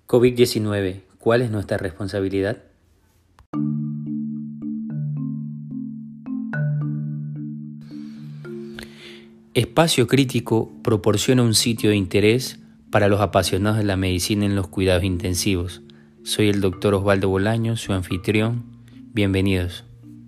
COVID-19, ¿cuál es nuestra responsabilidad? Espacio Crítico proporciona un sitio de interés para los apasionados de la medicina en los cuidados intensivos. Soy el Dr. Osvaldo Bolaño, su anfitrión. Bienvenidos.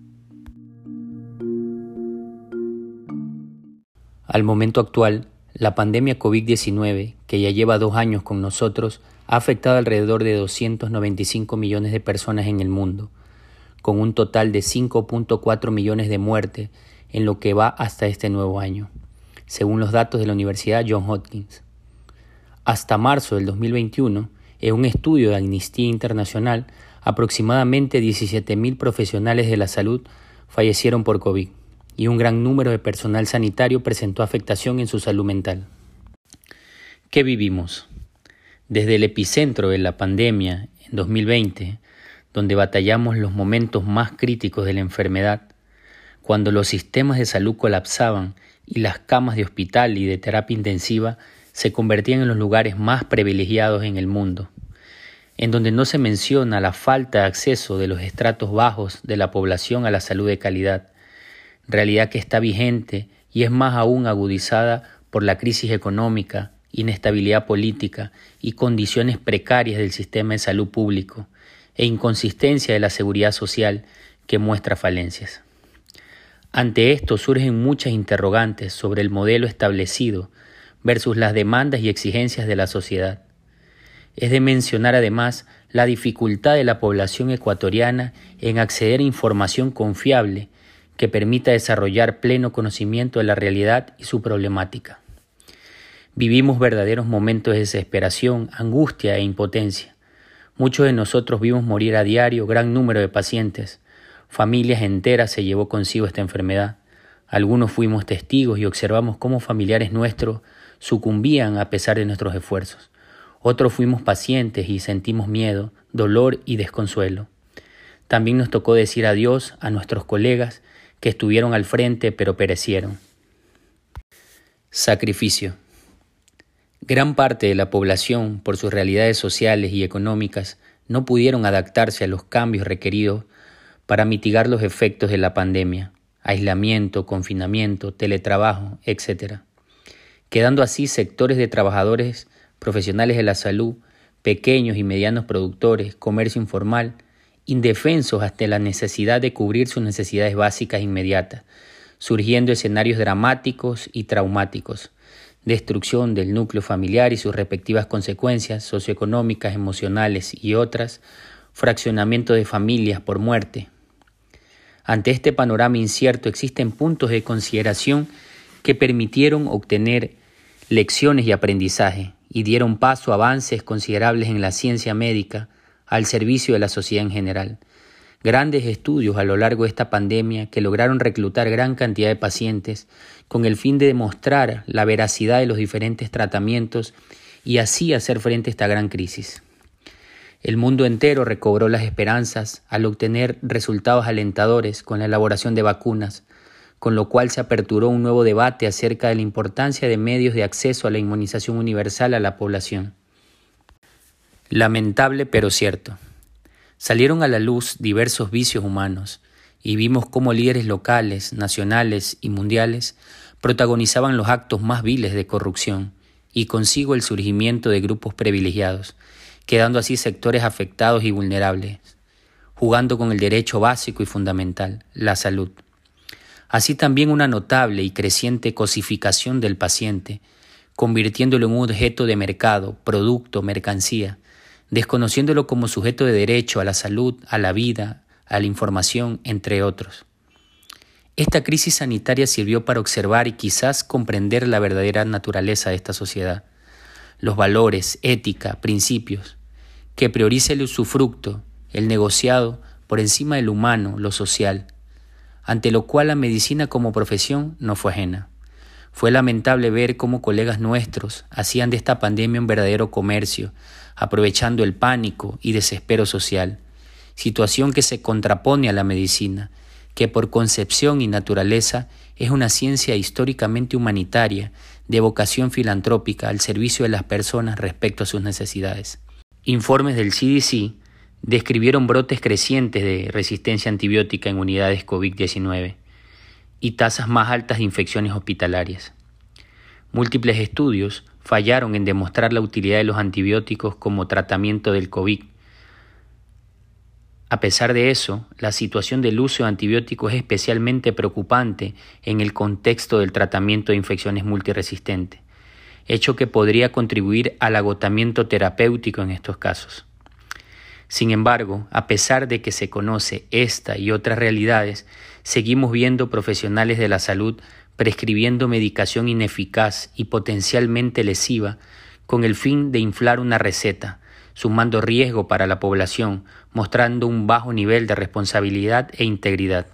Al momento actual, la pandemia COVID-19, que ya lleva 2 años con nosotros, ha afectado alrededor de 295 millones de personas en el mundo, con un total de 5.4 millones de muertes en lo que va hasta este nuevo año, según los datos de la Universidad Johns Hopkins. Hasta marzo del 2021, en un estudio de Amnistía Internacional, aproximadamente 17.000 profesionales de la salud fallecieron por COVID y un gran número de personal sanitario presentó afectación en su salud mental. ¿Qué vivimos? Desde el epicentro de la pandemia en 2020, donde batallamos los momentos más críticos de la enfermedad, cuando los sistemas de salud colapsaban y las camas de hospital y de terapia intensiva se convertían en los lugares más privilegiados en el mundo, en donde no se menciona la falta de acceso de los estratos bajos de la población a la salud de calidad, realidad que está vigente y es más aún agudizada por la crisis económica, inestabilidad política y condiciones precarias del sistema de salud público e inconsistencia de la seguridad social que muestra falencias. Ante esto surgen muchas interrogantes sobre el modelo establecido versus las demandas y exigencias de la sociedad. Es de mencionar además la dificultad de la población ecuatoriana en acceder a información confiable que permita desarrollar pleno conocimiento de la realidad y su problemática. Vivimos verdaderos momentos de desesperación, angustia e impotencia. Muchos de nosotros vimos morir a diario gran número de pacientes. Familias enteras se llevó consigo esta enfermedad. Algunos fuimos testigos y observamos cómo familiares nuestros sucumbían a pesar de nuestros esfuerzos. Otros fuimos pacientes y sentimos miedo, dolor y desconsuelo. También nos tocó decir adiós a nuestros colegas que estuvieron al frente pero perecieron. Sacrificio. Gran parte de la población, por sus realidades sociales y económicas, no pudieron adaptarse a los cambios requeridos para mitigar los efectos de la pandemia, aislamiento, confinamiento, teletrabajo, etc., quedando así sectores de trabajadores profesionales de la salud, pequeños y medianos productores, comercio informal, indefensos ante la necesidad de cubrir sus necesidades básicas inmediatas, surgiendo escenarios dramáticos y traumáticos, destrucción del núcleo familiar y sus respectivas consecuencias socioeconómicas, emocionales y otras, fraccionamiento de familias por muerte. Ante este panorama incierto existen puntos de consideración que permitieron obtener lecciones y aprendizaje y dieron paso a avances considerables en la ciencia médica al servicio de la sociedad en general. Grandes estudios a lo largo de esta pandemia que lograron reclutar gran cantidad de pacientes con el fin de demostrar la veracidad de los diferentes tratamientos y así hacer frente a esta gran crisis. El mundo entero recobró las esperanzas al obtener resultados alentadores con la elaboración de vacunas, con lo cual se aperturó un nuevo debate acerca de la importancia de medios de acceso a la inmunización universal a la población. Lamentable pero cierto. Salieron a la luz diversos vicios humanos y vimos cómo líderes locales, nacionales y mundiales protagonizaban los actos más viles de corrupción y consigo el surgimiento de grupos privilegiados, quedando así sectores afectados y vulnerables, jugando con el derecho básico y fundamental, la salud. Así también una notable y creciente cosificación del paciente, convirtiéndolo en un objeto de mercado, producto, mercancía, desconociéndolo como sujeto de derecho a la salud, a la vida, a la información, entre otros. Esta crisis sanitaria sirvió para observar y quizás comprender la verdadera naturaleza de esta sociedad, los valores, ética, principios, que prioriza el usufructo, el negociado, por encima del humano, lo social, ante lo cual la medicina como profesión no fue ajena. Fue lamentable ver cómo colegas nuestros hacían de esta pandemia un verdadero comercio, aprovechando el pánico y desespero social, situación que se contrapone a la medicina, que por concepción y naturaleza es una ciencia históricamente humanitaria, de vocación filantrópica al servicio de las personas respecto a sus necesidades. Informes del CDC describieron brotes crecientes de resistencia antibiótica en unidades COVID-19 y tasas más altas de infecciones hospitalarias. Múltiples estudios fallaron en demostrar la utilidad de los antibióticos como tratamiento del COVID. A pesar de eso, la situación del uso de antibióticos es especialmente preocupante en el contexto del tratamiento de infecciones multiresistentes, hecho que podría contribuir al agotamiento terapéutico en estos casos. Sin embargo, a pesar de que se conoce esta y otras realidades, seguimos viendo profesionales de la salud prescribiendo medicación ineficaz y potencialmente lesiva con el fin de inflar una receta, sumando riesgo para la población, mostrando un bajo nivel de responsabilidad e integridad.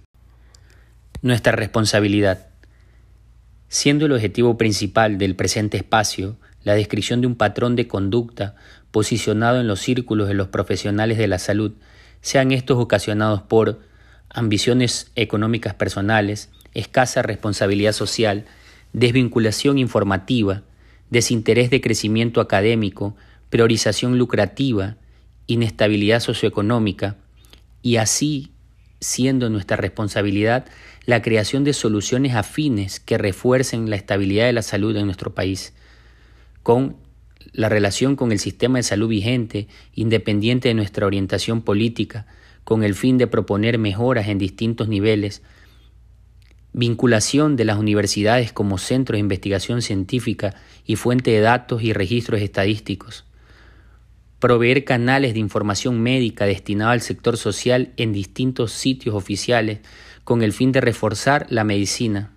Nuestra responsabilidad. Siendo el objetivo principal del presente espacio la descripción de un patrón de conducta posicionado en los círculos de los profesionales de la salud, sean estos ocasionados por ambiciones económicas personales, escasa responsabilidad social, desvinculación informativa, desinterés de crecimiento académico, priorización lucrativa, inestabilidad socioeconómica, y así siendo nuestra responsabilidad la creación de soluciones afines que refuercen la estabilidad de la salud en nuestro país, con la relación con el sistema de salud vigente, independiente de nuestra orientación política, con el fin de proponer mejoras en distintos niveles, vinculación de las universidades como centros de investigación científica y fuente de datos y registros estadísticos, proveer canales de información médica destinados al sector social en distintos sitios oficiales con el fin de reforzar la medicina,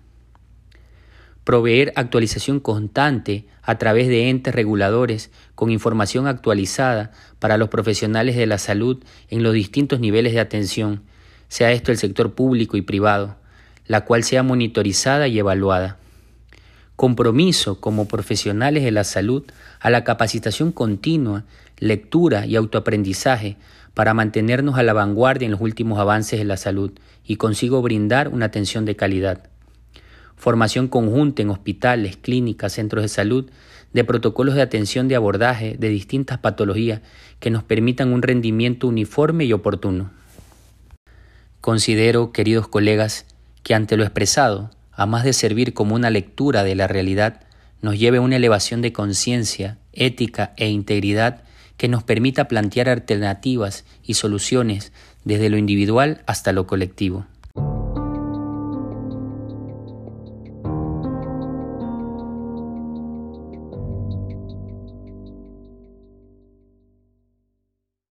proveer actualización constante a través de entes reguladores con información actualizada para los profesionales de la salud en los distintos niveles de atención, sea esto el sector público y privado, la cual sea monitorizada y evaluada. Compromiso como profesionales de la salud a la capacitación continua, lectura y autoaprendizaje para mantenernos a la vanguardia en los últimos avances de la salud y consigo brindar una atención de calidad. Formación conjunta en hospitales, clínicas, centros de salud, de protocolos de atención de abordaje de distintas patologías que nos permitan un rendimiento uniforme y oportuno. Considero, queridos colegas, que ante lo expresado, a más de servir como una lectura de la realidad, nos lleve a una elevación de conciencia, ética e integridad que nos permita plantear alternativas y soluciones desde lo individual hasta lo colectivo.